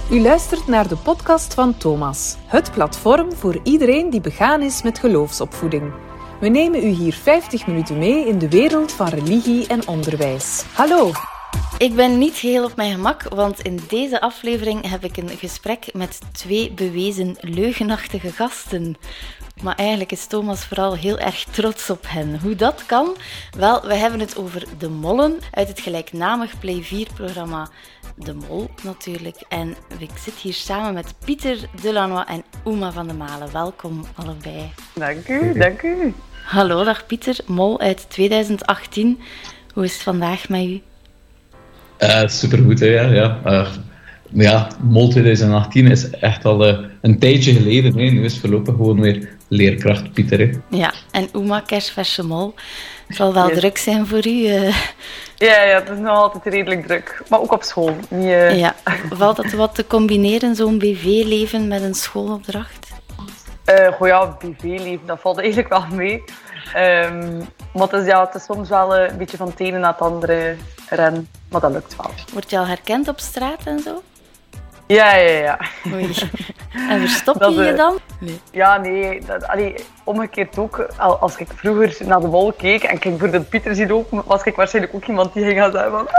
U luistert naar de podcast van Thomas, het platform voor iedereen die begaan is met geloofsopvoeding. We nemen u hier 50 minuten mee in de wereld van religie en onderwijs. Hallo! Ik ben niet geheel op mijn gemak, want in deze aflevering heb ik een gesprek met 2 bewezen leugenachtige gasten. Maar eigenlijk is Thomas vooral heel erg trots op hen. Hoe dat kan? Wel, we hebben het over de mollen uit het gelijknamig Play 4-programma De Mol natuurlijk. En ik zit hier samen met Pieter Delanois en Uma van de Malen. Welkom allebei. Dank u. Hallo, dag Pieter, Mol uit 2018. Hoe is het vandaag met u? Supergoed, hè, ja. Mol 2018 is echt al een tijdje geleden. Hè. Nu is voorlopig gewoon weer leerkracht, Pieter. Hè. Ja, en Uma, kerstverse Mol. Het zal wel druk zijn voor u. Ja, het is nog altijd redelijk druk. Maar ook op school. Ja, valt het wat te combineren, zo'n BV-leven met een schoolopdracht? BV-leven, dat valt eigenlijk wel mee. Maar het is soms wel een beetje van het ene naar het andere rennen. Maar dat lukt wel. Word je al herkend op straat en zo? Ja. Oei. En verstop je je dan? Nee. Ja, nee. Omgekeerd ook. Als ik vroeger naar de Mol keek en ik bijvoorbeeld Pieter zie ook, was ik waarschijnlijk ook iemand die ging gaan zeggen van...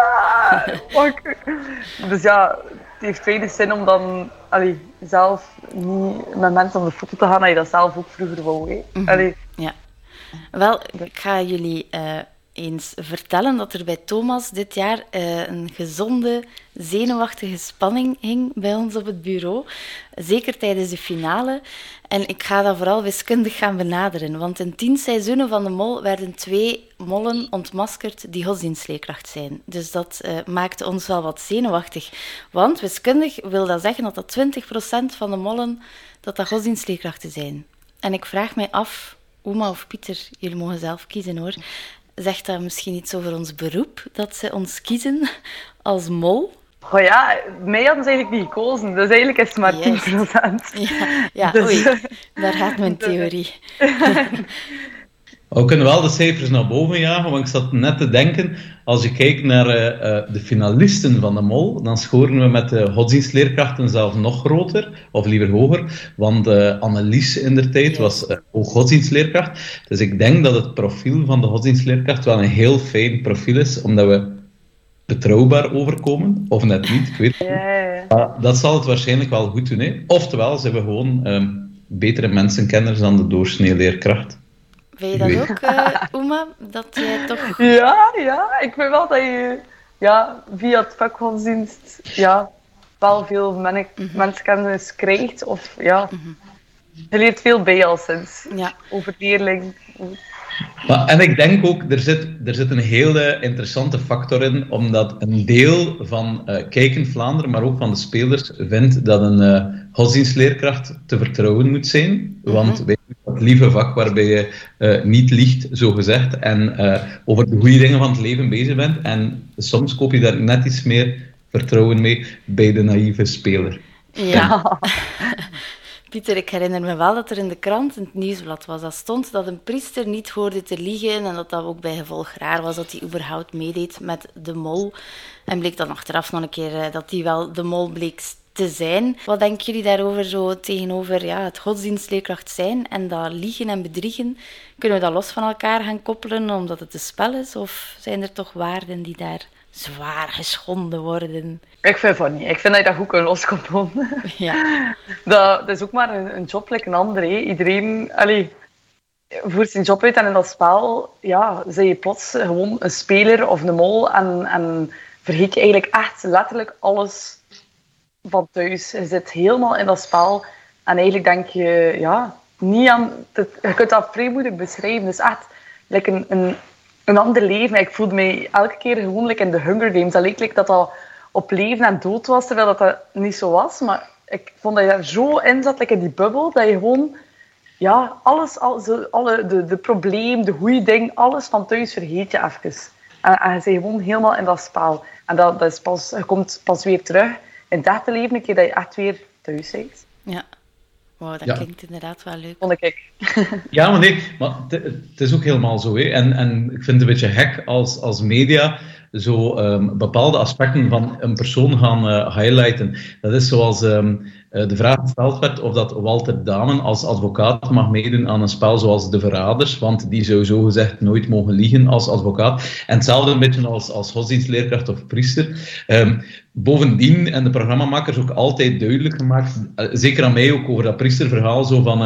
Dus ja, het heeft weinig zin om dan zelf niet met mensen op de foto te gaan dat je dat zelf ook vroeger wou. Hè. Mm-hmm. Ja. Wel, ik ga jullie eens vertellen dat er bij Thomas dit jaar een gezonde, zenuwachtige spanning hing bij ons op het bureau. Zeker tijdens de finale. En ik ga dat vooral wiskundig gaan benaderen. Want in 10 seizoenen van de Mol werden 2 mollen ontmaskerd die godsdienstleerkracht zijn. Dus dat maakte ons wel wat zenuwachtig. Want wiskundig wil dat zeggen dat 20% van de mollen dat godsdienstleerkrachten zijn. En ik vraag mij af, Uma of Pieter, jullie mogen zelf kiezen hoor. Zegt dat misschien iets over ons beroep, dat ze ons kiezen als mol? Oh ja, mij hadden ze eigenlijk niet gekozen, dus eigenlijk is het maar 10%. Ja, dus... oei, daar gaat mijn theorie. We kunnen wel de cijfers naar boven jagen, want ik zat net te denken, als je kijkt naar de finalisten van de Mol, dan scoren we met de godsdienstleerkrachten zelfs nog groter, of liever hoger, want Annelies indertijd was ook godsdienstleerkracht. Dus ik denk dat het profiel van de godsdienstleerkracht wel een heel fijn profiel is, omdat we betrouwbaar overkomen, of net niet, ik weet het niet. Dat zal het waarschijnlijk wel goed doen. Hè. Oftewel, zijn we gewoon betere mensenkenners dan de doorsnee leerkracht. Vind je dat ook, Uma? Dat jij toch... Ja, ik vind wel dat je via het vak godsdienst wel veel mensenkennis krijgt. Of je leert veel bij al sinds. Ja. Over leerling. En ik denk ook, er zit een hele interessante factor in, omdat een deel van Kijk in Vlaanderen, maar ook van de spelers, vindt dat een godsdienstleerkracht te vertrouwen moet zijn. Want wij hebben dat lieve vak waarbij je niet liegt, zogezegd, en over de goede dingen van het leven bezig bent. En soms koop je daar net iets meer vertrouwen mee bij de naïeve speler. Ja. Pieter, ik herinner me wel dat er in de krant, in het nieuwsblad was, dat stond dat een priester niet hoorde te liegen en dat dat ook bij gevolg raar was dat hij überhaupt meedeed met de Mol. En bleek dan achteraf nog een keer dat hij wel de Mol bleek te zijn. Wat denken jullie daarover zo tegenover het godsdienstleerkracht zijn en dat liegen en bedriegen? Kunnen we dat los van elkaar gaan koppelen omdat het een spel is? Of zijn er toch waarden die daar zwaar geschonden worden? Ik vind van niet. Ik vind dat je dat goed kunt loskoppelen. Ja. Dat is ook maar een job like een ander. Hè. Iedereen voert zijn job uit en in dat spel zijn je plots gewoon een speler of een mol en vergeet je eigenlijk echt letterlijk alles van thuis. Je zit helemaal in dat spel en eigenlijk denk je niet aan... Je kunt dat vrij moeilijk beschrijven. Het is echt like een ander leven. Ik voelde mij elke keer gewoon in de Hunger Games. Dat leek dat op leven en dood was, terwijl dat niet zo was. Maar ik vond dat je daar zo in zat, in die bubbel, dat je gewoon alles, de probleem, de goede ding, alles van thuis vergeet je even. En je bent gewoon helemaal in dat spel. En dat is je komt pas weer terug in het echte leven, een keer dat je echt weer thuis bent. Ja. Wow, dat klinkt inderdaad wel leuk. Vond ik. Ja, maar het is ook helemaal zo. Hè. En ik vind het een beetje gek als media zo bepaalde aspecten van een persoon gaan highlighten. Dat is zoals de vraag gesteld werd of dat Walter Damen als advocaat mag meedoen aan een spel zoals De Verraders, want die zou zogezegd nooit mogen liegen als advocaat. En hetzelfde een beetje als godsdienstleerkracht of priester. Bovendien, en de programmamakers ook altijd duidelijk gemaakt, zeker aan mij ook over dat priesterverhaal, zo van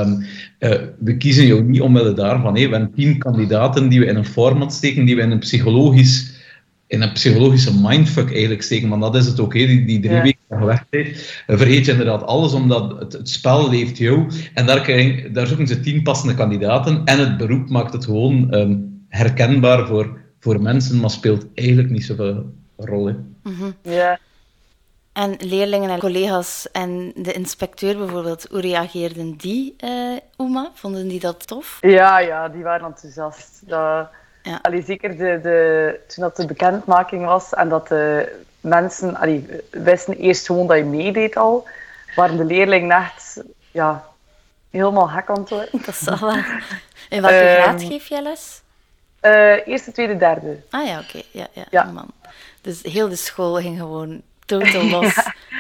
we kiezen jou niet omwille daarvan. We hebben 10 kandidaten die we in een format steken, die we in een psychologische mindfuck eigenlijk steken, want dat is het ook, die 3 weken gewerkt. Vergeet je inderdaad alles, omdat het spel leeft jou. En daar zoeken ze 10 passende kandidaten en het beroep maakt het gewoon herkenbaar voor mensen, maar speelt eigenlijk niet zoveel rol. Mm-hmm. Ja. En leerlingen en collega's en de inspecteur bijvoorbeeld, hoe reageerden die, Uma? Vonden die dat tof? Ja, die waren enthousiast. Zeker toen dat de bekendmaking was en dat de mensen wisten eerst gewoon dat je meedeed al, waren de leerlingen echt helemaal gek aan het worden. Dat is wel. In welke graad geef jij les? Eerste, tweede, derde. Ah ja, oké. Ja. Man. Dus heel de school ging gewoon totaal los.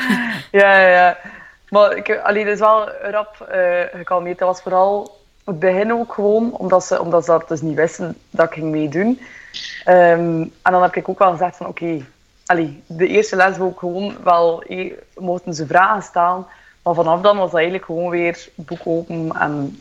Ja. Maar dat is wel rap gekalmeerd. Dat was vooral het begin ook gewoon, omdat ze dat dus niet wisten dat ik ging meedoen. En dan heb ik ook wel gezegd van de eerste les wil ik gewoon wel, mochten ze vragen stellen, maar vanaf dan was dat eigenlijk gewoon weer boek open en...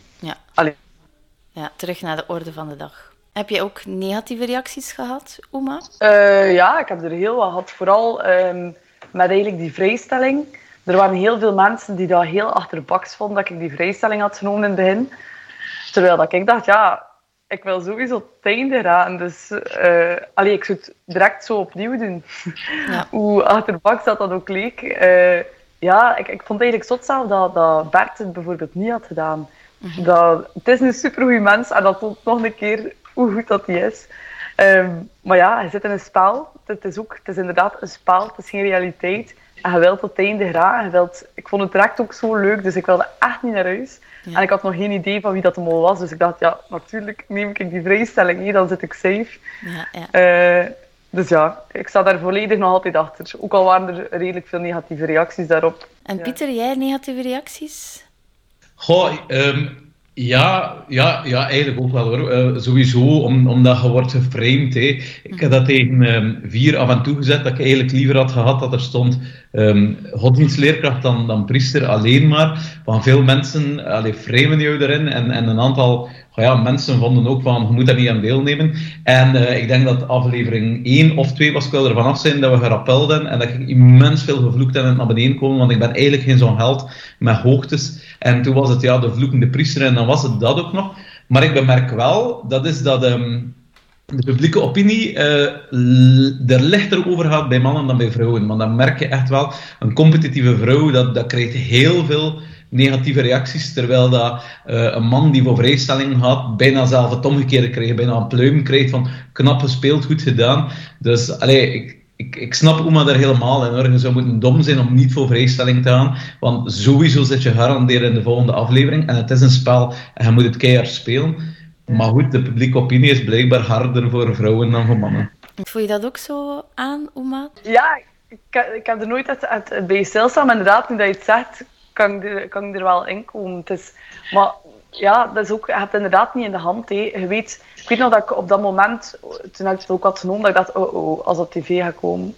Ja, terug naar de orde van de dag. Heb je ook negatieve reacties gehad, Uma? Ja, ik heb er heel wat gehad. Vooral met eigenlijk die vrijstelling. Er waren heel veel mensen die dat heel achterbaks vonden dat ik die vrijstelling had genomen in het begin. Terwijl dat ik dacht, ik wil sowieso het einde raken. Dus ik zou het direct zo opnieuw doen. Ja. Hoe achterbaks dat ook leek. Ik vond eigenlijk zot zelf dat Bert het bijvoorbeeld niet had gedaan. Mm-hmm. Het is een supergoeie mens en dat toont nog een keer hoe goed dat hij is. Maar je zit in een spel. Het is inderdaad een spel, het is geen realiteit. En je wilt tot het einde geraken. Ik vond het direct ook zo leuk, dus ik wilde echt niet naar huis. Ja. En ik had nog geen idee van wie dat de mol was. Dus ik dacht, natuurlijk neem ik die vrijstelling. Dan zit ik safe. Ja. Dus ik sta daar volledig nog altijd achter. Ook al waren er redelijk veel negatieve reacties daarop. En Pieter, jij negatieve reacties? Goh, ja, eigenlijk ook wel hoor. Sowieso, omdat je wordt geframed. Ik heb dat tegen 4 af en toe gezet, dat ik eigenlijk liever had gehad dat er stond godsdienstleerkracht dan priester alleen maar. Van veel mensen framen jou daarin en een aantal mensen vonden ook van, je moet daar niet aan deelnemen. En ik denk dat aflevering 1 of 2 was ik wel ervan af zijn dat we gerappelden en dat ik immens veel gevloekt heb en naar beneden komen, want ik ben eigenlijk geen zo'n held met hoogtes. En toen was het de vloekende priester en dan was het dat ook nog. Maar ik bemerk wel, dat is dat de publieke opinie er lichter over gaat bij mannen dan bij vrouwen. Want dan merk je echt wel, een competitieve vrouw, dat krijgt heel veel negatieve reacties, terwijl dat een man die voor vrijstelling gaat, bijna zelf het omgekeerde krijgt, bijna een pluim krijgt van knap gespeeld, goed gedaan. Dus ik snap Uma daar helemaal in hoor. Je zou moeten dom zijn om niet voor vrijstelling te gaan, want sowieso zit je gegarandeerd in de volgende aflevering en het is een spel en je moet het keihard spelen. Maar goed, de publieke opinie is blijkbaar harder voor vrouwen dan voor mannen. Voel je dat ook zo aan, Uma? Ja, ik heb er nooit bij stilstaan, maar inderdaad, nu dat je het zegt, kan ik er wel in komen. Maar dat is ook, je hebt het inderdaad niet in de hand. Je weet, ik weet nog dat ik op dat moment, toen ik het ook had genomen, dat ik dacht, als het op tv gaat komen.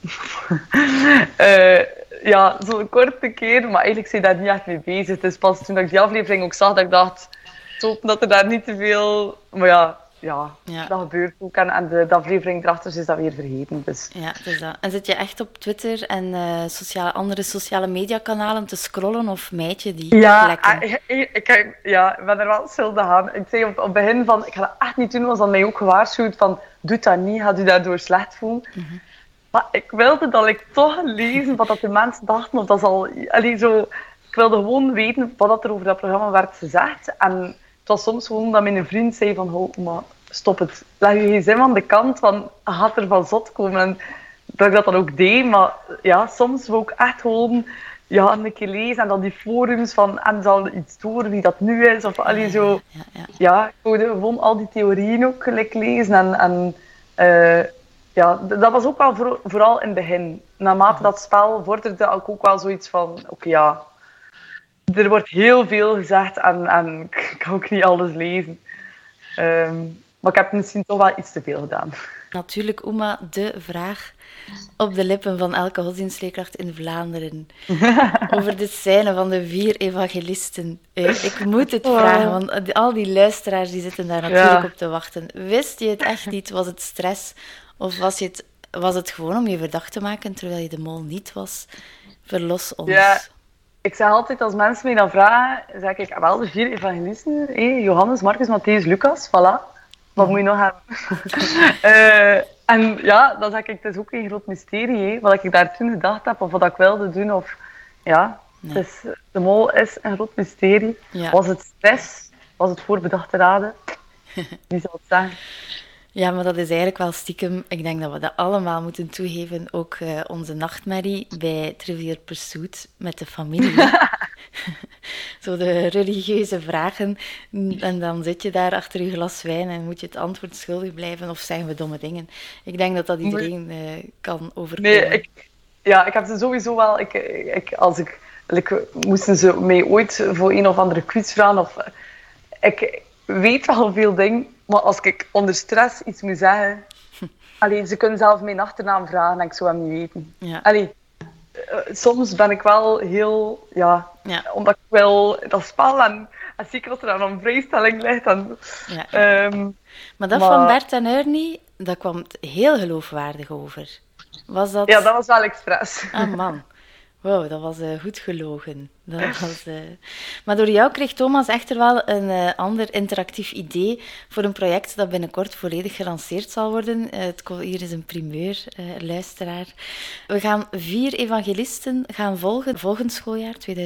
Zo'n korte keer, maar eigenlijk ben je daar niet echt mee bezig. Het is pas toen ik die aflevering ook zag, dat ik dacht, dat er daar niet te veel... Maar dat gebeurt ook. En de aflevering erachter is dat weer vergeten. Dus. Ja, het is dat. En zit je echt op Twitter en andere sociale mediakanalen te scrollen of meid je die plekken? Ik ben er wel schuldig aan. Ik zei op het begin van, ik ga dat echt niet doen, was dan mij ook gewaarschuwd van, doe dat niet, gaat u daardoor slecht voelen. Mm-hmm. Maar ik wilde dat ik toch lezen wat dat de mensen dachten. Of dat al, ik wilde gewoon weten wat er over dat programma werd gezegd. En het was soms gewoon dat mijn vriend zei van, maar stop het. Leg je gsm aan de kant, want gaat er van zot komen. En dat ik dat dan ook deed. Maar soms wil ik echt gewoon een keer lezen. En dan die forums van, en zal iets door wie dat nu is. Of zo. Ik wilde gewoon al die theorieën ook gelijk lezen. ja, dat was ook wel vooral in het begin. Naarmate dat spel vorderde, had ik ook wel zoiets van... Oké, ja, er wordt heel veel gezegd en ik kan ook niet alles lezen. Maar ik heb misschien toch wel iets te veel gedaan. Natuurlijk, Uma, de vraag op de lippen van elke godsdienstleerkracht in Vlaanderen. Over de scène van de 4 evangelisten. Ik moet het vragen, want al die luisteraars die zitten daar natuurlijk op te wachten. Wist je het echt niet? Was het stress? Of was het gewoon om je verdacht te maken terwijl je de mol niet was? Verlos ons. Ja, ik zeg altijd als mensen mij dan vragen, zeg ik, wel de 4 evangelisten. Johannes, Marcus, Matthäus, Lucas, voilà. Wat moet je nog hebben? En ja, dan zeg ik, het is ook een groot mysterie, wat ik daar toen gedacht heb, of wat ik wilde doen. Of, ja, nee. De mol is een groot mysterie. Ja. Was het stress? Was het voorbedachte raden? Wie zal het zeggen? Ja, maar dat is eigenlijk wel stiekem, ik denk dat we dat allemaal moeten toegeven, ook onze nachtmerrie bij Trivial Pursuit met de familie. Zo de religieuze vragen. En dan zit je daar achter je glas wijn en moet je het antwoord schuldig blijven of zeggen we domme dingen. Ik denk dat iedereen kan overkomen. Nee, ik heb ze sowieso wel... moesten ze mij ooit voor een of andere quiz vragen, ik weet wel veel dingen, maar als ik onder stress iets moet zeggen... ze kunnen zelf mijn achternaam vragen en ik zou hem niet weten. Ja. Soms ben ik wel heel... Ja, omdat ik wil dat spel en zeker als er dan een vrijstelling ligt. Maar dat van Bert en Ernie, dat kwam heel geloofwaardig over. Was dat... Ja, dat was wel expres. Ah, man. Wow, dat was goed gelogen. Maar door jou kreeg Thomas echter wel een ander interactief idee voor een project dat binnenkort volledig gelanceerd zal worden. Hier is een primeur, luisteraar. We gaan 4 evangelisten gaan volgen volgend schooljaar, 2022-2023.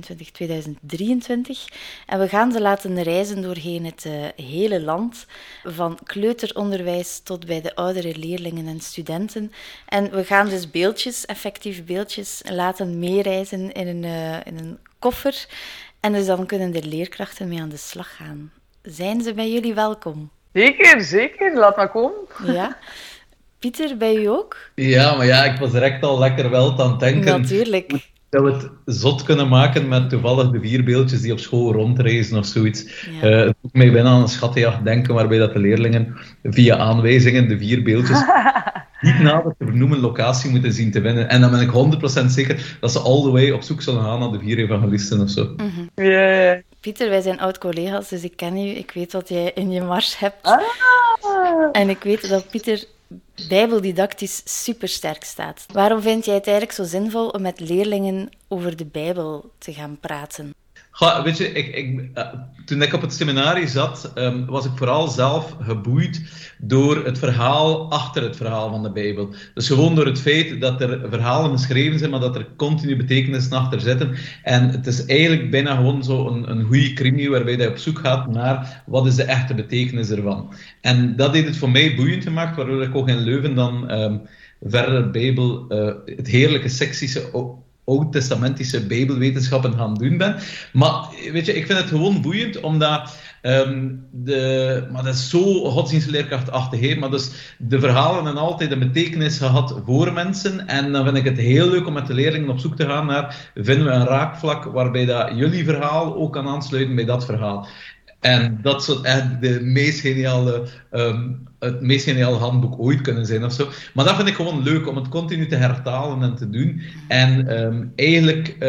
En we gaan ze laten reizen doorheen het hele land, van kleuteronderwijs tot bij de oudere leerlingen en studenten. En we gaan dus effectief beeldjes, laten meereizen in een koffer. En dus dan kunnen de leerkrachten mee aan de slag gaan. Zijn ze bij jullie welkom? Zeker. Laat maar komen. Ja. Pieter, bij u ook? Ja, maar ik was direct al lekker wel aan het denken. Natuurlijk. Dat we het zot kunnen maken met toevallig de 4 beeldjes die op school rondreizen of zoiets. Ja. Het doet mij bijna aan een schattenjacht denken, waarbij dat de leerlingen via aanwijzingen de 4 beeldjes niet nader te vernoemen locatie moeten zien te vinden. En dan ben ik 100% zeker dat ze all the way op zoek zullen gaan naar de 4 evangelisten of zo. Mm-hmm. Yeah. Pieter, wij zijn oud-collega's, dus ik ken u. Ik weet wat jij in je mars hebt. En ik weet dat Pieter bijbeldidactisch supersterk staat. Waarom vind jij het eigenlijk zo zinvol om met leerlingen over de Bijbel te gaan praten? Weet je, toen ik op het seminarie zat, was ik vooral zelf geboeid door het verhaal achter het verhaal van de Bijbel. Dus gewoon door het feit dat er verhalen geschreven zijn, maar dat er continu betekenissen achter zitten. En het is eigenlijk bijna gewoon zo een goede crimi waarbij je op zoek gaat naar wat is de echte betekenis ervan. En dat heeft het voor mij boeiend gemaakt, waardoor ik ook in Leuven dan verder Bijbel, het heerlijke seksische oud-testamentische bijbelwetenschappen gaan doen ben. Maar weet je, ik vind het gewoon boeiend, omdat maar dat is zo godsdienstleerkrachtachtig, maar dus de verhalen hebben altijd een betekenis gehad voor mensen, en dan vind ik het heel leuk om met de leerlingen op zoek te gaan naar, vinden we een raakvlak waarbij dat jullie verhaal ook kan aansluiten bij dat verhaal. En dat zou echt het meest geniale handboek ooit kunnen zijn of zo. Maar dat vind ik gewoon leuk, om het continu te hertalen en te doen. En eigenlijk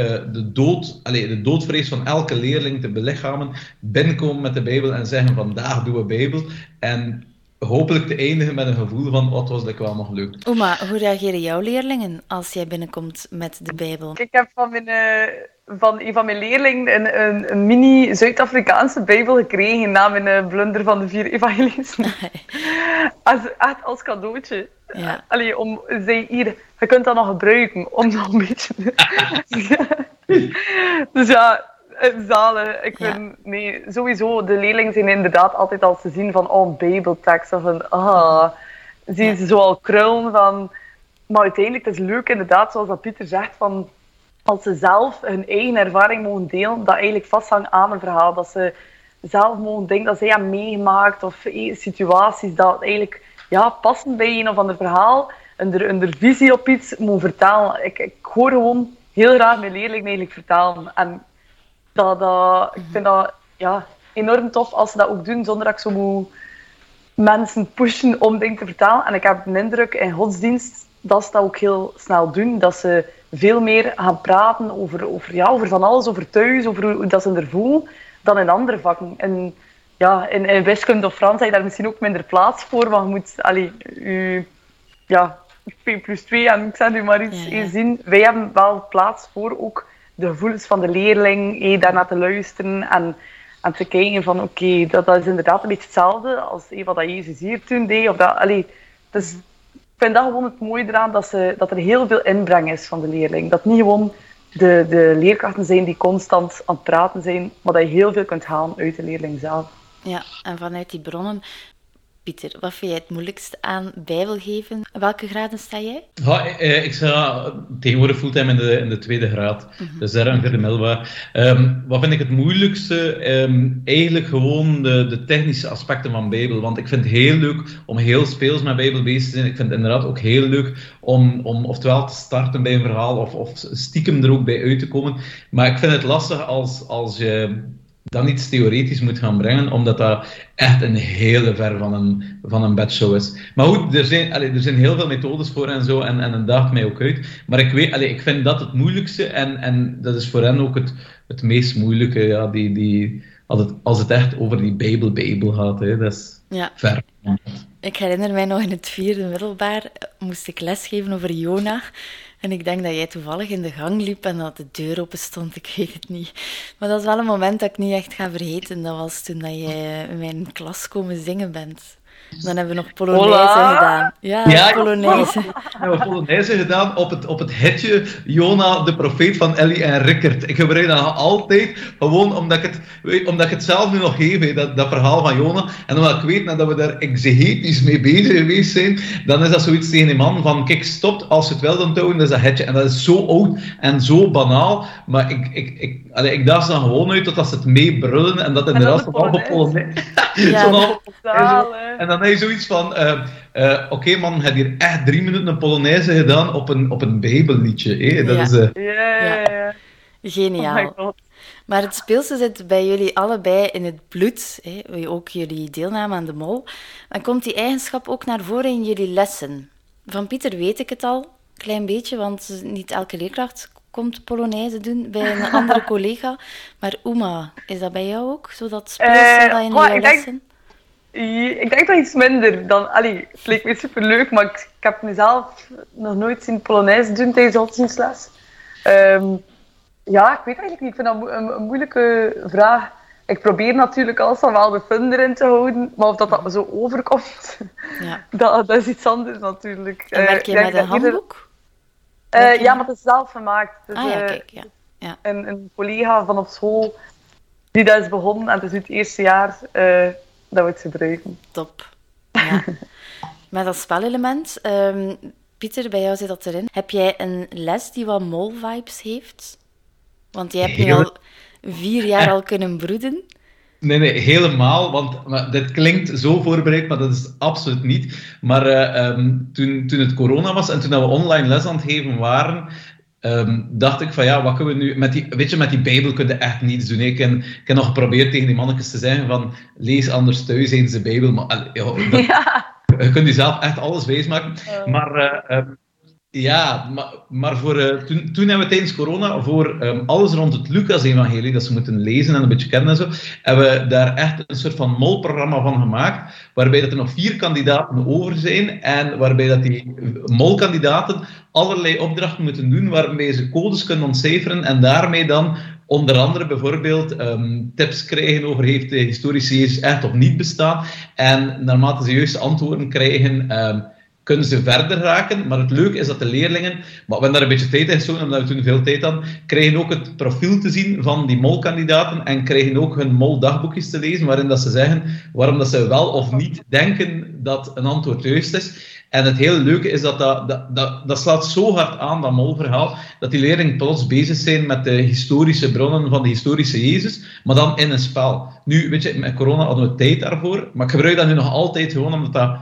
de doodvrees van elke leerling te belichamen, binnenkomen met de Bijbel en zeggen, vandaag doen we Bijbel. En hopelijk te eindigen met een gevoel van, wat was dat wel nog leuk. Oma, hoe reageren jouw leerlingen als jij binnenkomt met de Bijbel? Ik heb van een van mijn leerlingen een mini Zuid-Afrikaanse Bijbel gekregen na mijn blunder van de 4 evangelisten. Echt als cadeautje. Ja. Je kunt dat nog gebruiken om nog een beetje... Dus ja, zalig. Sowieso, de leerlingen zijn inderdaad altijd als ze zien van, een bijbeltekst, of zien ze zo al krullen van... Maar uiteindelijk, het is leuk inderdaad, zoals dat Pieter zegt, van... Als ze zelf hun eigen ervaring mogen delen, dat eigenlijk vasthangt aan een verhaal. Dat ze zelf mogen denken dat zij hebben meegemaakt, of situaties, dat eigenlijk passen bij een of ander verhaal en er visie op iets moet vertalen. Ik hoor gewoon heel graag mijn leerlingen eigenlijk vertalen. En ik vind dat enorm tof als ze dat ook doen, zonder dat ik zo moet mensen pushen om dingen te vertalen. En ik heb de indruk in godsdienst dat ze dat ook heel snel doen. Dat ze veel meer gaan praten over van alles, over thuis, over hoe dat ze er voelen, dan in andere vakken. En in wiskunde of Frans heb je daar misschien ook minder plaats voor, want je moet 2+2 en ik zeg nu maar iets zien. Wij hebben wel plaats voor ook de gevoelens van de leerling, daarna te luisteren en te kijken van oké, dat is inderdaad een beetje hetzelfde als wat dat Jezus hier toen deed. Of dat, dus ik vind dat gewoon het mooie eraan, dat er heel veel inbreng is van de leerling. Dat niet gewoon de leerkrachten zijn die constant aan het praten zijn, maar dat je heel veel kunt halen uit de leerling zelf. Ja, en vanuit die bronnen... Pieter, wat vind jij het moeilijkst aan bijbelgeven? Welke graden sta jij? Ik sta tegenwoordig fulltime in de tweede graad. Dus daar een middelbaar. Wat vind ik het moeilijkste? Eigenlijk gewoon de technische aspecten van Bijbel. Want ik vind het heel leuk om heel speels met Bijbel bezig te zijn. Ik vind het inderdaad ook heel leuk om oftewel te starten bij een verhaal of stiekem er ook bij uit te komen. Maar ik vind het lastig als je dan iets theoretisch moet gaan brengen, omdat dat echt een hele ver van een bedshow is. Maar goed, er zijn heel veel methodes voor en zo, en het daagt mij ook uit. Maar ik vind dat het moeilijkste, en dat is voor hen ook het meest moeilijke, als het echt over die Bijbel gaat. Dat is ver. Ik herinner mij nog in het 4e middelbaar moest ik lesgeven over Jona. En ik denk dat jij toevallig in de gang liep en dat de deur open stond, ik weet het niet. Maar dat is wel een moment dat ik niet echt ga vergeten. Dat was toen dat jij in mijn klas komen zingen bent. Dan hebben we nog Polonaise gedaan. Ja, Polonaise. We hebben Polonaise gedaan op het hitje Jona, de profeet van Ellie en Rickert. Ik gebruik dat nog altijd, gewoon omdat ik het zelf nu nog geef, dat verhaal van Jona. En omdat ik weet dat we daar exegetisch mee bezig geweest zijn, dan is dat zoiets tegen die man van, kijk, stop, als je het wel onthouden, dat is dat hitje. En dat is zo oud en zo banaal, maar ik daag ze dan gewoon uit totdat ze het meebrullen en dat inderdaad van halve Polonaise. En dan heb je zoiets van, oké man, je hebt hier echt 3 minuten een Polonaise gedaan op een Bijbelliedje. Dat is... Ja. Geniaal. Oh, maar het speelse zit bij jullie allebei in het bloed, ook jullie deelname aan de Mol. Dan komt die eigenschap ook naar voren in jullie lessen. Van Pieter weet ik het al, een klein beetje, want niet elke leerkracht komt Polonaise doen bij een andere collega. Maar Uma, is dat bij jou ook? Zo dat speelse dat in jouw lessen? Ik denk dat iets minder dan... het leek me superleuk, maar ik heb mezelf nog nooit zien Polonaise doen tijdens de godsdienstles. Ik weet eigenlijk niet. Ik vind dat een moeilijke vraag. Ik probeer natuurlijk alles dan wel de fun erin te houden, maar of dat zo overkomt, dat is iets anders natuurlijk. En werk je met een handboek? Maar het is zelf gemaakt. Dus, kijk. Een collega van op school die dat is begonnen en het is nu het eerste jaar... dat we het gebruiken. Top. Ja. Met dat spelelement, Pieter, bij jou zit dat erin. Heb jij een les die wat mol-vibes heeft? Want jij hebt nu al 4 jaar al kunnen broeden. Nee, helemaal, want dit klinkt zo voorbereid, maar dat is het absoluut niet. Maar toen het corona was en toen we online les aan het geven waren... dacht ik van wat kunnen we nu... Met die Bijbel kun je echt niets doen. Ik heb nog geprobeerd tegen die mannetjes te zeggen van lees anders thuis eens de Bijbel. Maar je kunt jezelf echt alles wijsmaken. Maar toen hebben we tijdens corona voor alles rond het Lucas-evangelie, dat ze moeten lezen en een beetje kennen en zo, hebben we daar echt een soort van molprogramma van gemaakt, waarbij dat er nog 4 kandidaten over zijn en waarbij dat die molkandidaten allerlei opdrachten moeten doen, waarbij ze codes kunnen ontcijferen en daarmee dan onder andere bijvoorbeeld tips krijgen over heeft de historische Jezus echt of niet bestaan. En naarmate ze juiste antwoorden krijgen... kunnen ze verder raken, maar het leuke is dat de leerlingen, maar we hebben daar een beetje tijd in gestoken, omdat we toen veel tijd hadden, krijgen ook het profiel te zien van die molkandidaten en krijgen ook hun moldagboekjes te lezen, waarin dat ze zeggen waarom dat ze wel of niet denken dat een antwoord juist is. En het hele leuke is dat slaat zo hard aan, dat molverhaal, dat die leerlingen plots bezig zijn met de historische bronnen van de historische Jezus, maar dan in een spel. Nu, weet je, met corona hadden we tijd daarvoor, maar ik gebruik dat nu nog altijd gewoon omdat dat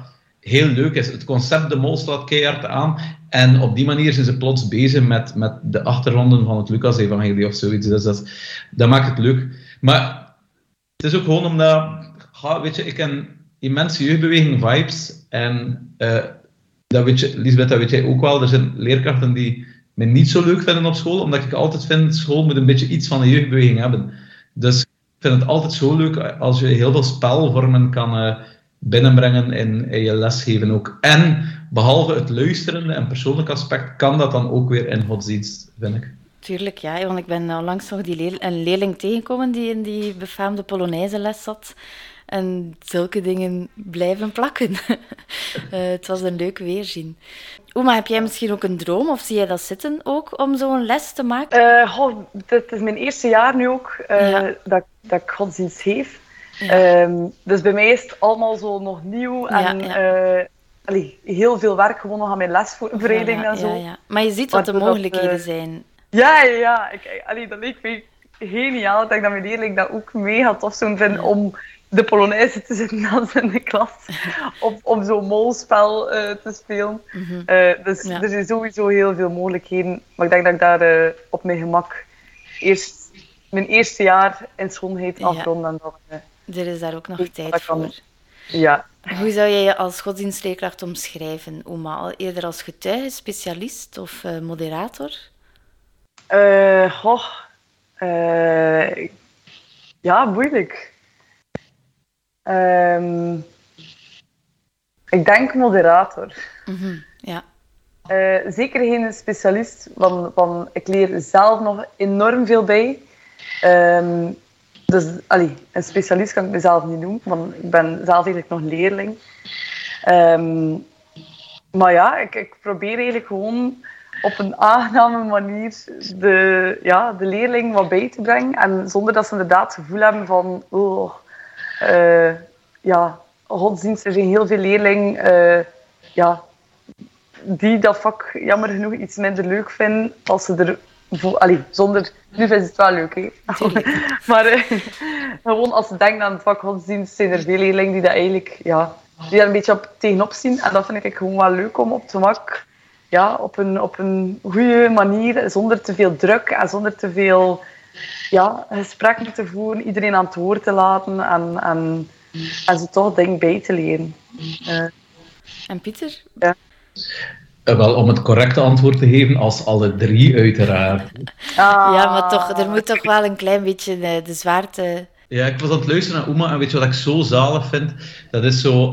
heel leuk is. Het concept De Mol slaat keihard aan. En op die manier zijn ze plots bezig met de achtergronden van het Lucas-evangelie of zoiets. Dus dat maakt het leuk. Maar het is ook gewoon omdat... weet je, ik ken immense jeugdbeweging-vibes. En dat weet je, Lisbeth, dat weet jij ook wel. Er zijn leerkrachten die me niet zo leuk vinden op school. Omdat ik altijd vind, school moet een beetje iets van de jeugdbeweging hebben. Dus ik vind het altijd zo leuk als je heel veel spelvormen kan binnenbrengen in je lesgeven ook. En behalve het luisterende en persoonlijk aspect, kan dat dan ook weer in godsdienst, vind ik. Tuurlijk, ja, want ik ben onlangs nog een leerling tegengekomen die in die befaamde Polonaise les zat. En zulke dingen blijven plakken. Het was een leuk weerzien. Oema, heb jij misschien ook een droom? Of zie jij dat zitten ook, om zo'n les te maken? Het is mijn eerste jaar nu ook dat ik godsdienst geef. Ja. Dus bij mij is het allemaal zo nog nieuw. En heel veel werk gewoon nog aan mijn lesvoorbereiding en zo. Ja. Maar je ziet wat de mogelijkheden zijn. Ja. Dat leek me geniaal. Ik denk dat mijn leerling dat ook mega tof zou vinden om de Polonaise te zitten naast in de klas. Om zo'n molspel te spelen. Mm-hmm. Dus er zijn sowieso heel veel mogelijkheden. Maar ik denk dat ik daar op mijn gemak eerst mijn eerste jaar in schoonheid afrond. En dan, er is daar ook nog tijd voor. Ja. Hoe zou jij je als godsdienstleerkracht omschrijven, Oema? Eerder als getuige, specialist of moderator? Moeilijk. Ik denk moderator. Mm-hmm, ja. Zeker geen specialist, want ik leer zelf nog enorm veel bij. Dus een specialist kan ik mezelf niet noemen, want ik ben zelf eigenlijk nog leerling. Maar ja, ik probeer eigenlijk gewoon op een aangename manier de leerling wat bij te brengen. En zonder dat ze inderdaad het gevoel hebben van... godsdienst, er zijn heel veel leerlingen die dat vak jammer genoeg iets minder leuk vinden als ze er... zonder... Nu vinden ze het wel leuk, hè. Maar gewoon als ze denken aan het vak godsdienst, zijn er veel leerlingen die dat eigenlijk... die daar een beetje tegenop zien. En dat vind ik gewoon wel leuk om op het gemak... op een goede manier, zonder te veel druk en zonder te veel gesprekken te voeren, iedereen aan het woord te laten en ze toch dingen bij te leren. En Pieter? Ja. Wel, om het correcte antwoord te geven, als alle drie uiteraard. Ja, maar toch, er moet toch wel een klein beetje de zwaarte... Ja, ik was aan het luisteren naar Oema en weet je wat ik zo zalig vind? Dat is zo...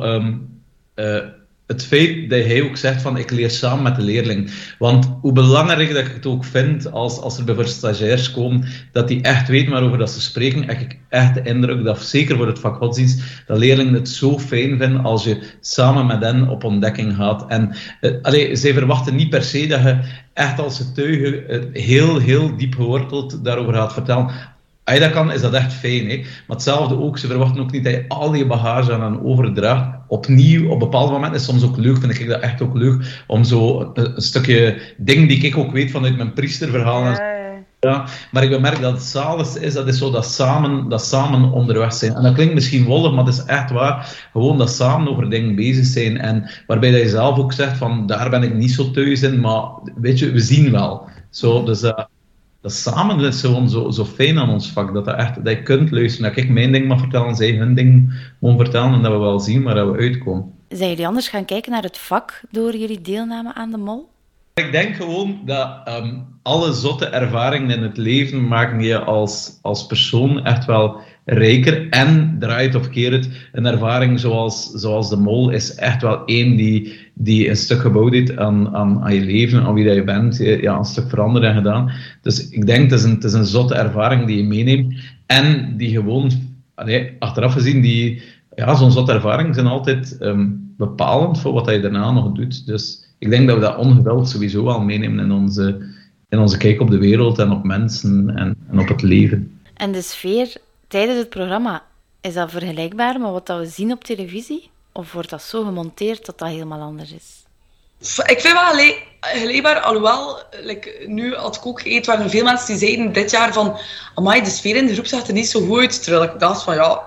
het feit dat hij ook zegt van ik leer samen met de leerling. Want hoe belangrijk dat ik het ook vind als er bijvoorbeeld stagiairs komen, dat die echt weten waarover dat ze spreken, heb ik echt de indruk dat, zeker voor het vak godsdienst, dat leerlingen het zo fijn vinden als je samen met hen op ontdekking gaat. En zij verwachten niet per se dat je echt als getuige heel, heel diep geworteld daarover gaat vertellen. Als je dat kan, is dat echt fijn. Hè? Maar hetzelfde ook, ze verwachten ook niet dat je al die bagage aan hen overdraagt. Opnieuw, op bepaalde momenten is het soms ook leuk, vind ik dat echt ook leuk, om zo een stukje dingen die ik ook weet vanuit mijn priesterverhaal. Ja, maar ik bemerk dat het zaligste is, dat is zo dat samen onderweg zijn. En dat klinkt misschien wollig, maar het is echt waar. Gewoon dat samen over dingen bezig zijn. En waarbij dat je zelf ook zegt van, daar ben ik niet zo thuis in, maar weet je, we zien wel. Zo, dus... dat samen is gewoon zo fijn aan ons vak, dat je kunt luisteren, dat ik mijn ding mag vertellen, zij hun ding mogen vertellen en dat we wel zien waar we uitkomen. Zijn jullie anders gaan kijken naar het vak door jullie deelname aan de Mol? Ik denk gewoon dat alle zotte ervaringen in het leven maken je als persoon echt wel rijker. En, draai het of keer het, een ervaring zoals de Mol is echt wel één die een stuk gebouwd heeft aan je leven, aan wie dat je bent, een stuk veranderd en gedaan. Dus ik denk, het is een zotte ervaring die je meeneemt en die gewoon, achteraf gezien, zo'n zotte ervaring zijn altijd bepalend voor wat je daarna nog doet. Dus ik denk dat we dat ongeweld sowieso wel meenemen in onze kijk op de wereld en op mensen en op het leven. En de sfeer tijdens het programma, is dat vergelijkbaar met wat we zien op televisie? Of wordt dat zo gemonteerd dat dat helemaal anders is? Ik vind wel gelijkbaar, alhoewel, nu had ik ook gegeten, waren er veel mensen die zeiden dit jaar van amai, de sfeer in de groep zag er niet zo goed uit. Terwijl ik dacht van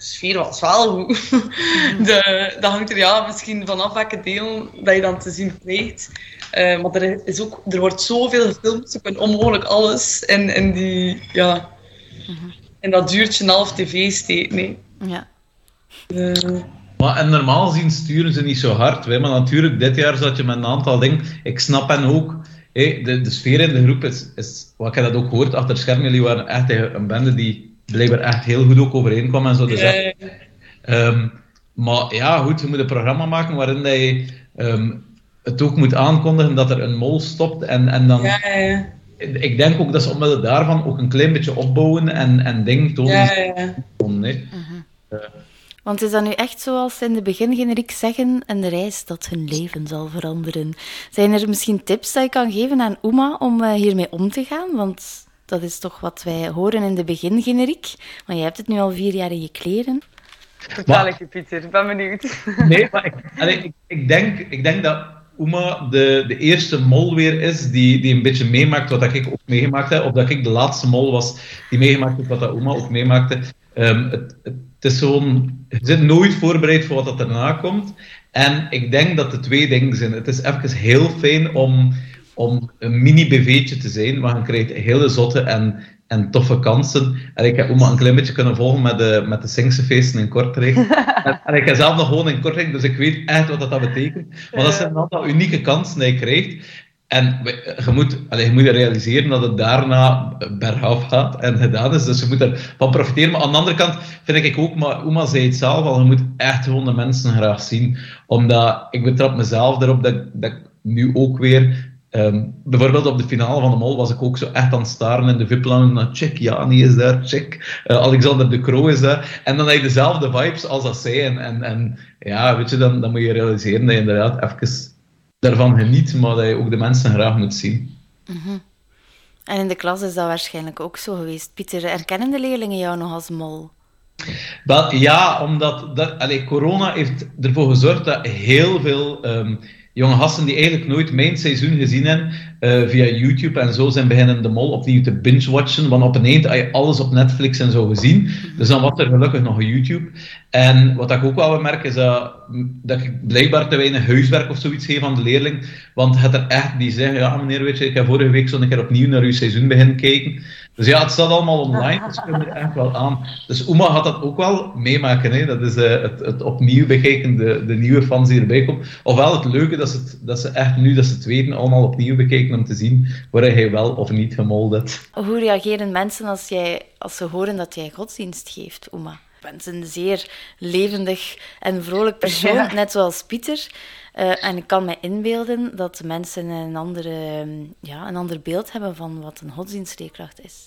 sfeer was wel goed. Dat hangt er misschien vanaf welke deel dat je dan te zien krijgt. Maar er wordt zoveel gefilmd, ze kunnen onmogelijk alles in die, in dat duurtje half tv steken. Nee. Ja. Maar en normaal gezien sturen ze niet zo hard. Maar natuurlijk, dit jaar zat je met een aantal dingen. Ik snap hen ook. De sfeer in de groep is wat ik heb dat ook gehoord achter schermen. Jullie waren echt een bende die blijkbaar echt heel goed ook overeenkwam en zo. Dus maar ja, goed, je moet een programma maken waarin dat je het ook moet aankondigen dat er een mol stopt. En dan... Ik denk ook dat ze omwille daarvan ook een klein beetje opbouwen en dingen tonen. Want is dat nu echt zoals ze in de begingeneriek zeggen, een reis dat hun leven zal veranderen? Zijn er misschien tips dat je kan geven aan Uma om hiermee om te gaan? Want dat is toch wat wij horen in de begingeneriek. Maar jij hebt het nu al 4 jaar in je kleren. Vertel ik je, Pieter. Ik ben benieuwd. Nee, maar ik denk dat Uma de eerste mol weer is die een beetje meemaakt wat ik ook meegemaakt heb. Of dat ik de laatste mol was die meegemaakt heeft wat dat Uma ook meemaakte. Het is gewoon... Je zit nooit voorbereid voor wat er daarna komt. En ik denk dat de 2 dingen zijn. Het is even heel fijn om een mini-BV'tje te zijn, maar je krijgt hele zotte en toffe kansen. En ik heb Uma een klein beetje kunnen volgen met de Singse feesten in Kortrijk. En ik heb zelf nog gewoon in Kortrijk, dus ik weet echt wat dat betekent. Maar dat zijn een aantal unieke kansen die je krijgt. En je moet realiseren dat het daarna bergaf gaat en gedaan is. Dus je moet ervan profiteren. Maar aan de andere kant vind ik ook, maar Uma zei het zelf al, je moet echt gewoon de mensen graag zien. Omdat ik betrap mezelf erop dat ik nu ook weer... bijvoorbeeld op de finale van de Mol was ik ook zo echt aan het staren in de VIP-lounge. Check, Jani is daar, check. Alexander De Croo is daar. En dan heb je dezelfde vibes als dat zij. En ja, weet je, dan moet je realiseren dat je inderdaad even daarvan geniet, maar dat je ook de mensen graag moet zien. Mm-hmm. En in de klas is dat waarschijnlijk ook zo geweest. Pieter, herkennen de leerlingen jou nog als mol? Wel, ja, omdat corona heeft ervoor gezorgd dat heel veel... jonge gasten die eigenlijk nooit mijn seizoen gezien hebben, via YouTube en zo zijn beginnen de Mol opnieuw te binge-watchen, want op een eind had je alles op Netflix en zo gezien. Dus dan was er gelukkig nog YouTube. En wat ik ook wel merk is dat ik blijkbaar te weinig huiswerk of zoiets geef aan de leerling, want het er echt die zeggen, ja meneer, weet je, ik heb vorige week zo'n keer opnieuw naar uw seizoen beginnen kijken. Dus ja, het staat allemaal online, dus ik kom er echt wel aan. Dus Uma gaat dat ook wel meemaken, hè. Dat is het opnieuw bekijken, de nieuwe fans die erbij komen. Ofwel het leuke dat ze echt nu dat ze het weten, allemaal opnieuw bekijken om te zien waar hij wel of niet gemold hebt. Hoe reageren mensen als ze horen dat jij godsdienst geeft, Uma? Je bent een zeer levendig en vrolijk persoon, net zoals Pieter. En ik kan me inbeelden dat mensen een ander beeld hebben van wat een godsdienstleerkracht is.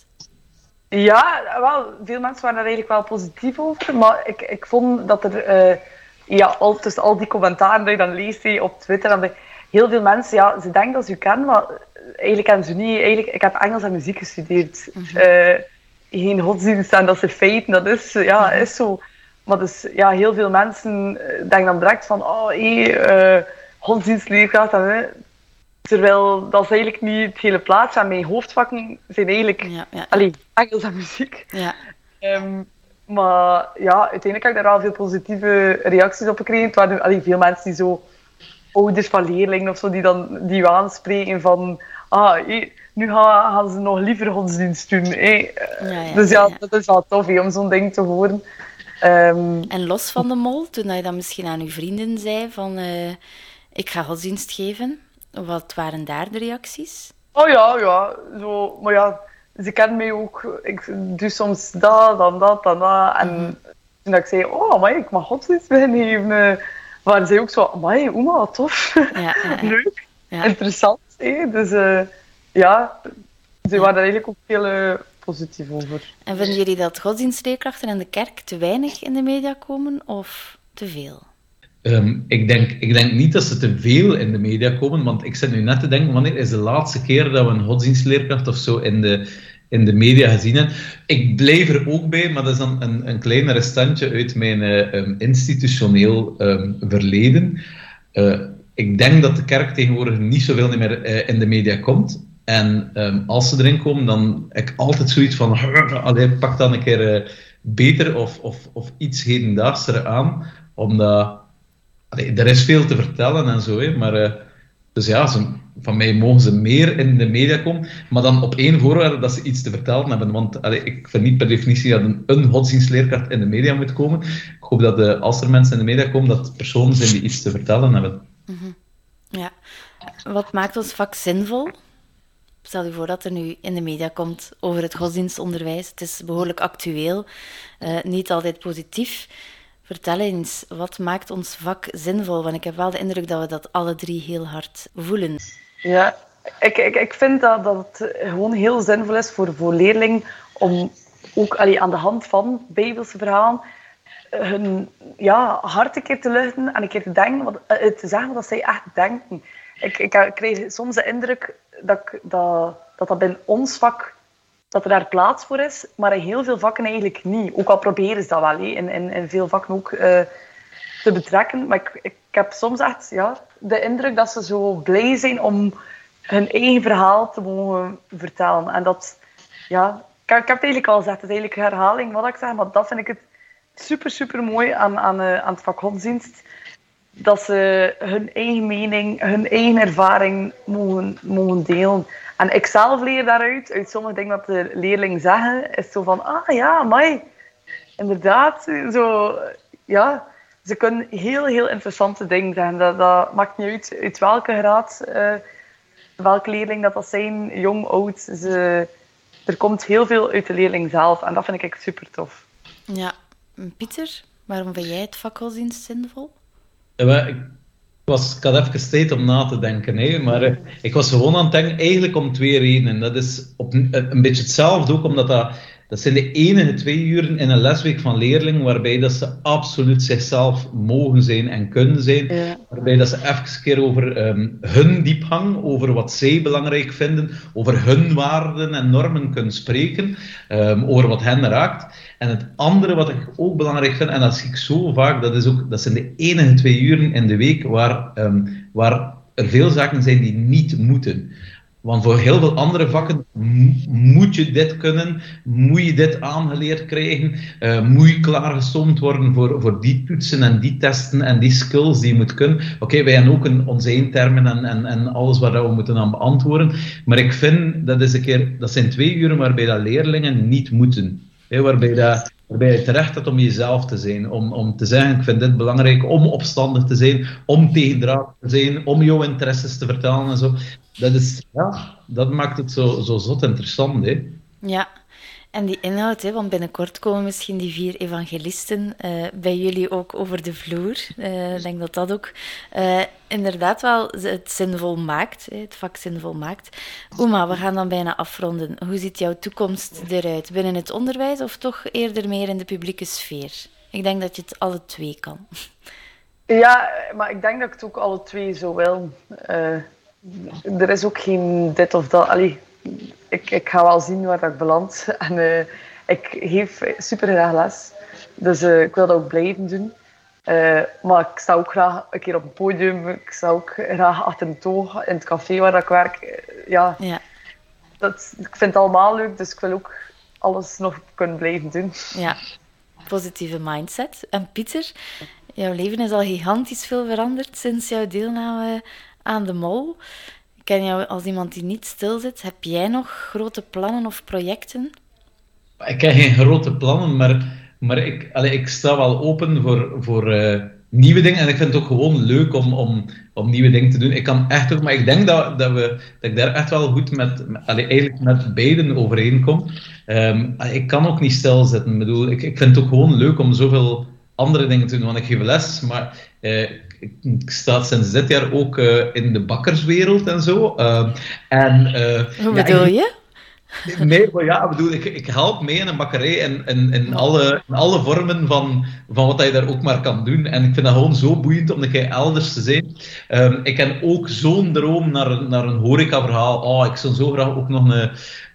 Ja, wel, veel mensen waren daar eigenlijk wel positief over. Maar ik vond dat er... tussen al die commentaren die je dan leest op Twitter, dan heel veel mensen, ze denken dat ze u kennen, maar eigenlijk kennen ze niet. Ik heb Engels en muziek gestudeerd. Mm-hmm. Geen godsdienst en dat is feiten, dat is, is zo. Maar dus, heel veel mensen denken dan direct van, godsdienstleerkracht. Terwijl dat is eigenlijk niet het hele plaatje. En mijn hoofdvakken zijn eigenlijk Engels en muziek. Ja. Maar uiteindelijk heb ik daar al veel positieve reacties op gekregen. Het waren veel mensen die zo, ouders van leerlingen of zo, die u aanspreken van, nu gaan ze nog liever godsdienst doen. Dus dat is wel tof om zo'n ding te horen. En los van de Mol, toen je dan misschien aan uw vrienden zei van, ik ga godsdienst geven, wat waren daar de reacties? Oh ja, zo, maar ja, ze kennen mij ook. Ik doe soms dat, dan dat, dan dat. En toen ik zei, ik mag godsdienst beginnen, waren zij ook zo, amai, Uma, wat tof. Leuk, interessant. Dus ze waren daar eigenlijk ook heel positief over. En vinden jullie dat godsdienstleerkrachten en de kerk te weinig in de media komen of te veel? Ik denk niet dat ze te veel in de media komen, want ik zit nu net te denken, wanneer is de laatste keer dat we een godsdienstleerkracht of zo in de media gezien hebben? Ik blijf er ook bij, maar dat is dan een klein restantje uit mijn institutioneel verleden. Ik denk dat de kerk tegenwoordig niet zoveel meer in de media komt. En als ze erin komen, dan heb ik altijd zoiets van... pak dan een keer beter of iets hedendaagser aan. Omdat... er is veel te vertellen en zo, hè, maar... dus ja, van mij mogen ze meer in de media komen, maar dan op één voorwaarde dat ze iets te vertellen hebben. Want ik vind niet per definitie dat een godsdienstleerkracht in de media moet komen. Ik hoop dat als er mensen in de media komen, dat het personen zijn die iets te vertellen hebben. Mm-hmm. Ja. Wat maakt ons vak zinvol? Stel je voor dat er nu in de media komt over het godsdienstonderwijs. Het is behoorlijk actueel, niet altijd positief. Vertel eens, wat maakt ons vak zinvol? Want ik heb wel de indruk dat we dat alle drie heel hard voelen. Ja, ik vind dat het gewoon heel zinvol is voor leerlingen om ook aan de hand van Bijbelse verhalen hun hart een keer te luchten en een keer te denken, te zeggen wat zij echt denken. Ik krijg soms de indruk dat binnen ons vak dat er daar plaats voor is, maar in heel veel vakken eigenlijk niet. Ook al proberen ze dat wel, in veel vakken ook te betrekken. Maar ik heb soms echt de indruk dat ze zo blij zijn om hun eigen verhaal te mogen vertellen. En dat, ik heb het eigenlijk al gezegd, het is eigenlijk herhaling wat ik zeg, maar dat vind ik het super, super mooi aan het vak godsdienst. Dat ze hun eigen mening, hun eigen ervaring mogen delen. En ik zelf leer daaruit, uit sommige dingen dat de leerlingen zeggen, is zo van, amai, inderdaad, zo, ze kunnen heel, heel interessante dingen zeggen. Dat maakt niet uit welke graad, welke leerling dat zijn, jong, oud. Er komt heel veel uit de leerling zelf en dat vind ik super tof. Ja, Pieter, waarom vind jij het vak godsdienst zinvol? Ik had even tijd om na te denken, hè, maar ik was gewoon aan het denken, eigenlijk om 2 redenen. Dat is een beetje hetzelfde ook, omdat dat zijn de enige 2 uren in een lesweek van leerlingen waarbij dat ze absoluut zichzelf mogen zijn en kunnen zijn. Ja. Waarbij dat ze even een keer over hun diepgang, over wat zij belangrijk vinden, over hun waarden en normen kunnen spreken, over wat hen raakt. En het andere wat ik ook belangrijk vind, en dat zie ik zo vaak, dat zijn de enige 2 uren in de week waar er veel zaken zijn die niet moeten. Want voor heel veel andere vakken moet je dit kunnen, moet je dit aangeleerd krijgen, moet je klaargestoomd worden voor die toetsen en die testen en die skills die je moet kunnen. Oké, wij hebben ook onze eigen termen en alles waar we moeten aan beantwoorden. Maar ik vind, dat zijn 2 uren waarbij dat leerlingen niet moeten. Waarbij je terecht hebt om jezelf te zijn, om te zeggen, ik vind dit belangrijk, om opstandig te zijn, om tegendraad te zijn, om jouw interesses te vertellen en zo. Dat maakt het zo zot interessant, hè. Ja, en die inhoud, want binnenkort komen misschien die 4 evangelisten bij jullie ook over de vloer. Ik denk dat ook inderdaad wel het zinvol maakt, het vak zinvol maakt. Uma, we gaan dan bijna afronden. Hoe ziet jouw toekomst eruit? Binnen het onderwijs of toch eerder meer in de publieke sfeer? Ik denk dat je het alle 2 kan. Ja, maar ik denk dat ik het ook alle 2 zo wil. Er is ook geen dit of dat. Allee, ik ga wel zien waar ik beland. En ik geef super graag les. Dus ik wil dat ook blijven doen. Maar ik sta ook graag een keer op een podium. Ik sta ook graag achter een toog in het café waar ik werk. Ja. Ik vind het allemaal leuk. Dus ik wil ook alles nog kunnen blijven doen. Ja, positieve mindset. En Pieter, jouw leven is al gigantisch veel veranderd sinds jouw deelname aan de Mol. Ik ken jou als iemand die niet stil zit. Heb jij nog grote plannen of projecten? Ik heb geen grote plannen, maar ik sta wel open voor nieuwe dingen. En ik vind het ook gewoon leuk om nieuwe dingen te doen. Ik kan echt ook, maar ik denk dat ik daar echt wel goed met beiden overeenkom. Ik kan ook niet stilzitten. Ik bedoel, ik vind het ook gewoon leuk om zoveel andere dingen te doen. Want ik geef les, maar ik sta sinds dit jaar ook in de bakkerswereld en zo. Hoe bedoel je? Nee, maar ja, ik help mee in een bakkerij in alle vormen van wat je daar ook maar kan doen. En ik vind dat gewoon zo boeiend om een keer elders te zijn. Ik heb ook zo'n droom naar een horecaverhaal. Ik zou zo graag ook nog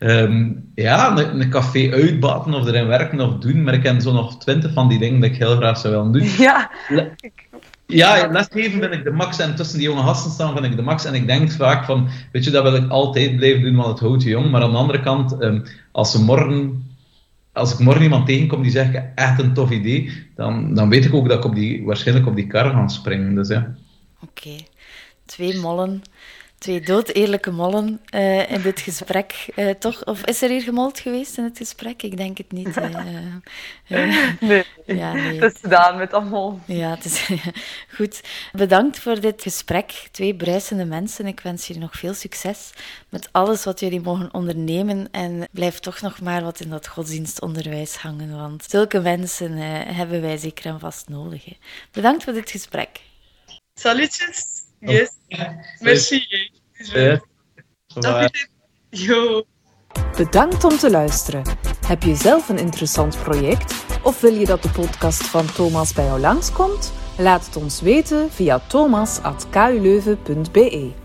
een café uitbaten of erin werken of doen. Maar ik heb zo nog 20 van die dingen dat ik heel graag zou willen doen. Ja, Ja, lesgeven vind ik de max en tussen die jonge gasten staan vind ik de max. En ik denk vaak van, weet je, dat wil ik altijd blijven doen, want het houdt je jong. Maar aan de andere kant, als ik morgen iemand tegenkom die zegt, echt een tof idee, dan weet ik ook dat ik waarschijnlijk op die kar ga springen. Dus ja. Oké. 2 mollen. 2 doodeerlijke mollen in dit gesprek, toch? Of is er hier gemold geweest in het gesprek? Ik denk het niet. Nee, ja, nee, het is gedaan met dat mol. Ja, het is goed. Bedankt voor dit gesprek. 2 bruisende mensen. Ik wens jullie nog veel succes met alles wat jullie mogen ondernemen. En blijf toch nog maar wat in dat godsdienstonderwijs hangen, want zulke mensen hebben wij zeker en vast nodig. Hè. Bedankt voor dit gesprek. Salutjes. Yes. Merci. Yo. Bedankt om te luisteren. Heb je zelf een interessant project? Of wil je dat de podcast van Thomas bij jou langskomt? Laat het ons weten via thomas@kuleuven.be.